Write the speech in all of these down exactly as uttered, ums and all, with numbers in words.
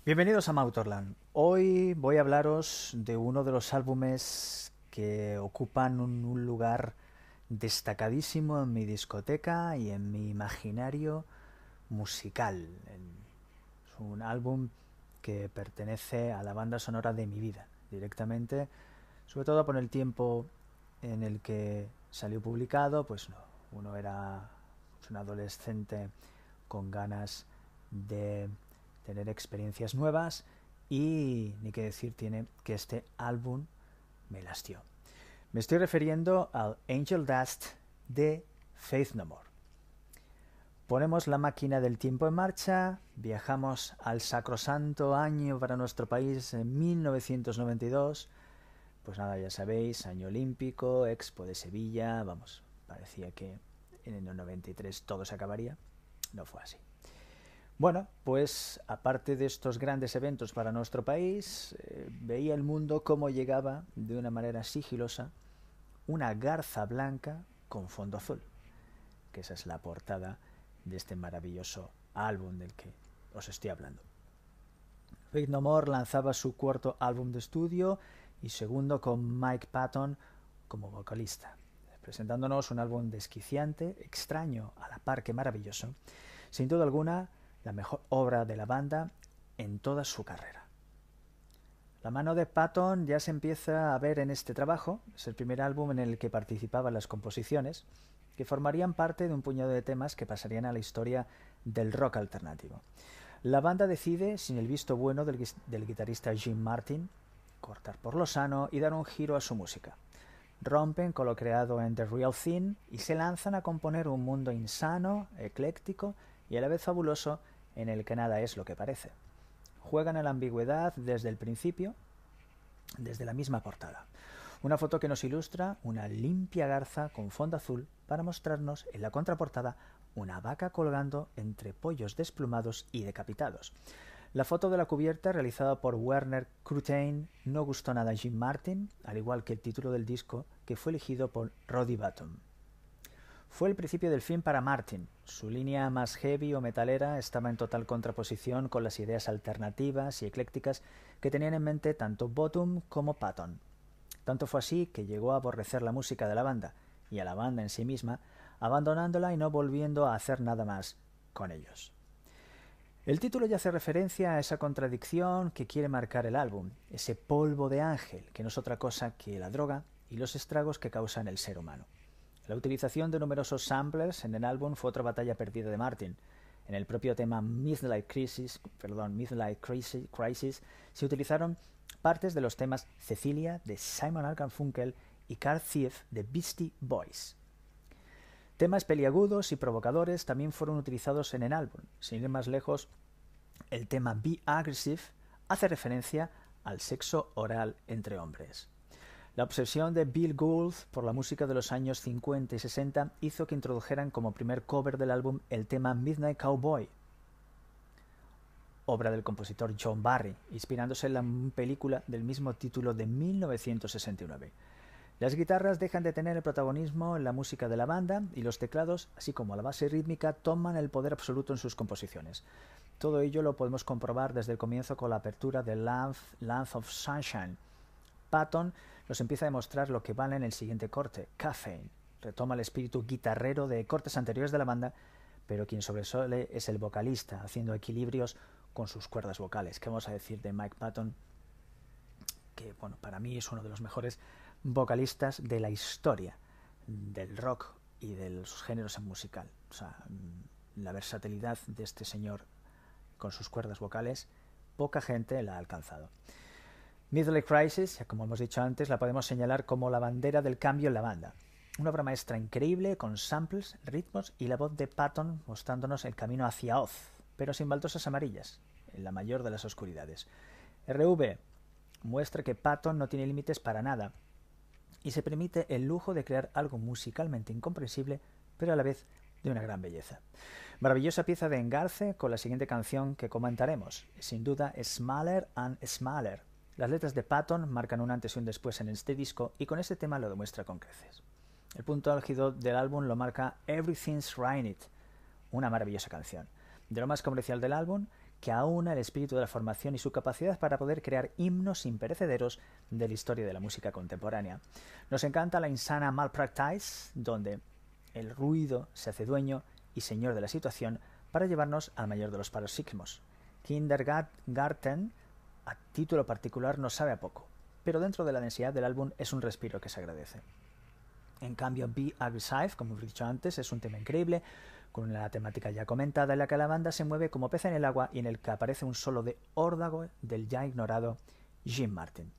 Bienvenidos a Mautorland. Hoy voy a hablaros de uno de los álbumes que ocupan un, un lugar destacadísimo en mi discoteca y en mi imaginario musical. Es un álbum que pertenece a la banda sonora de mi vida, directamente, sobre todo por el tiempo en el que salió publicado. Pues no, uno era pues, un adolescente con ganas de tener experiencias nuevas y ni que decir tiene que este álbum me lastió. Me estoy refiriendo al Angel Dust de Faith No More. Ponemos la máquina del tiempo en marcha, viajamos al sacrosanto año para nuestro país en mil novecientos noventa y dos. Pues nada, ya sabéis, año olímpico, Expo de Sevilla, vamos, parecía que en el noventa y tres todo se acabaría. No fue así. Bueno, pues aparte de estos grandes eventos para nuestro país, eh, veía el mundo cómo llegaba de una manera sigilosa una garza blanca con fondo azul, que esa es la portada de este maravilloso álbum del que os estoy hablando. Faith No More lanzaba su cuarto álbum de estudio y segundo con Mike Patton como vocalista, presentándonos un álbum desquiciante, extraño a la par que maravilloso, sin duda alguna la mejor obra de la banda en toda su carrera. La mano de Patton ya se empieza a ver en este trabajo. Es el primer álbum en el que participaban las composiciones, que formarían parte de un puñado de temas que pasarían a la historia del rock alternativo. La banda decide, sin el visto bueno del, del guitarrista Jim Martin, cortar por lo sano y dar un giro a su música. Rompen con lo creado en The Real Thing y se lanzan a componer un mundo insano, ecléctico y a la vez fabuloso, en el que nada es lo que parece. Juegan a la ambigüedad desde el principio, desde la misma portada. Una foto que nos ilustra una limpia garza con fondo azul para mostrarnos en la contraportada una vaca colgando entre pollos desplumados y decapitados. La foto de la cubierta, realizada por Werner Krutain, no gustó nada a Jim Martin, al igual que el título del disco, que fue elegido por Roddy Button. Fue el principio del fin para Martin. Su línea más heavy o metalera estaba en total contraposición con las ideas alternativas y eclécticas que tenían en mente tanto Bottom como Patton. Tanto fue así que llegó a aborrecer la música de la banda y a la banda en sí misma, abandonándola y no volviendo a hacer nada más con ellos. El título ya hace referencia a esa contradicción que quiere marcar el álbum, ese polvo de ángel, que no es otra cosa que la droga y los estragos que causa en el ser humano. La utilización de numerosos samplers en el álbum fue otra batalla perdida de Martin. En el propio tema Midlife Crisis, perdón, Midlife Crisis, Crisis se utilizaron partes de los temas Cecilia de Simon and Garfunkel y Car Thief de Beastie Boys. Temas peliagudos y provocadores también fueron utilizados en el álbum. Sin ir más lejos, el tema Be Aggressive hace referencia al sexo oral entre hombres. La obsesión de Bill Gould por la música de los años cincuenta y sesenta hizo que introdujeran como primer cover del álbum el tema Midnight Cowboy, obra del compositor John Barry, inspirándose en la película del mismo título de mil novecientos sesenta y nueve. Las guitarras dejan de tener el protagonismo en la música de la banda y los teclados, así como la base rítmica, toman el poder absoluto en sus composiciones. Todo ello lo podemos comprobar desde el comienzo con la apertura de Land, Land of Sunshine. Patton nos empieza a demostrar lo que vale en el siguiente corte, Caffeine. Retoma el espíritu guitarrero de cortes anteriores de la banda, pero quien sobresale es el vocalista, haciendo equilibrios con sus cuerdas vocales. ¿Qué vamos a decir de Mike Patton? Que bueno, para mí es uno de los mejores vocalistas de la historia del rock y de los géneros en musical. O sea, la versatilidad de este señor con sus cuerdas vocales, poca gente la ha alcanzado. Midlife Crisis, como hemos dicho antes, la podemos señalar como la bandera del cambio en la banda. Una obra maestra increíble con samples, ritmos y la voz de Patton mostrándonos el camino hacia Oz, pero sin baldosas amarillas, en la mayor de las oscuridades. R V muestra que Patton no tiene límites para nada y se permite el lujo de crear algo musicalmente incomprensible, pero a la vez de una gran belleza. Maravillosa pieza de engarce con la siguiente canción que comentaremos, sin duda Smaller and Smaller. Las letras de Patton marcan un antes y un después en este disco y con este tema lo demuestra con creces. El punto álgido del álbum lo marca Everything's Right It, una maravillosa canción. De lo más comercial del álbum, que aúna el espíritu de la formación y su capacidad para poder crear himnos imperecederos de la historia de la música contemporánea. Nos encanta la insana Malpractice, donde el ruido se hace dueño y señor de la situación para llevarnos al mayor de los paroxismos. Kindergarten, a título particular, nos sabe a poco, pero dentro de la densidad del álbum es un respiro que se agradece. En cambio, Be Aggressive, como he dicho antes, es un tema increíble, con la temática ya comentada, en la que la banda se mueve como pez en el agua y en el que aparece un solo de órdago del ya ignorado Jim Martin.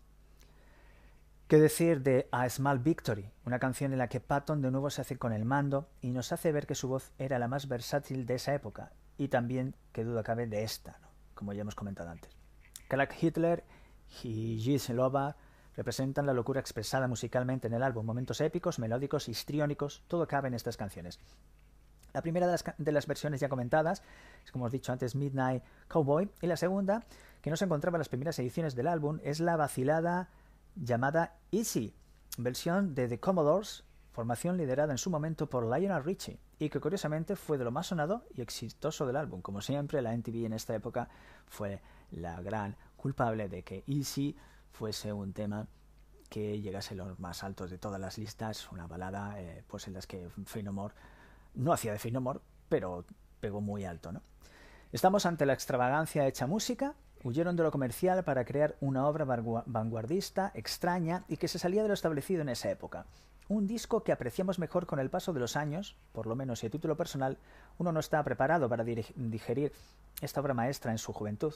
¿Qué decir de A Small Victory, una canción en la que Patton de nuevo se hace con el mando y nos hace ver que su voz era la más versátil de esa época, y también, que duda cabe, de esta, ¿no? Como ya hemos comentado antes. Clark Hitler y Gis Loba representan la locura expresada musicalmente en el álbum, momentos épicos, melódicos, histriónicos, todo cabe en estas canciones. La primera de las, de las versiones ya comentadas es, como os he dicho antes, Midnight Cowboy, y la segunda, que no se encontraba en las primeras ediciones del álbum, es la vacilada llamada Easy, versión de The Commodores, formación liderada en su momento por Lionel Richie, y que curiosamente fue de lo más sonado y exitoso del álbum. Como siempre, la M T V en esta época fue la gran culpable de que Easy fuese un tema que llegase a los más altos de todas las listas, una balada eh, pues en las que Faith No More no hacía de Faith No More, pero pegó muy alto, ¿no? Estamos ante la extravagancia hecha música. Huyeron de lo comercial para crear una obra vanguardista, extraña y que se salía de lo establecido en esa época. Un disco que apreciamos mejor con el paso de los años, por lo menos y a título personal, uno no está preparado para digerir esta obra maestra en su juventud.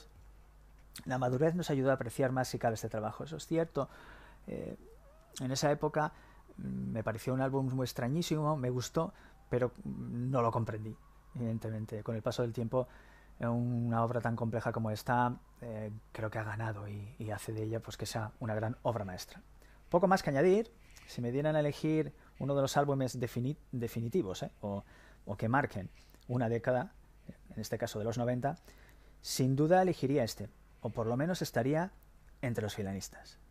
La madurez nos ayudó a apreciar más si cabe este trabajo, eso es cierto. Eh, en esa época me pareció un álbum muy extrañísimo, me gustó, pero no lo comprendí, evidentemente. Con el paso del tiempo, una obra tan compleja como esta eh, creo que ha ganado y, y hace de ella pues que sea una gran obra maestra. Poco más que añadir. Si me dieran a elegir uno de los álbumes defini definitivos eh, o, o que marquen una década, en este caso de los noventa, sin duda elegiría este, o por lo menos estaría entre los finalistas.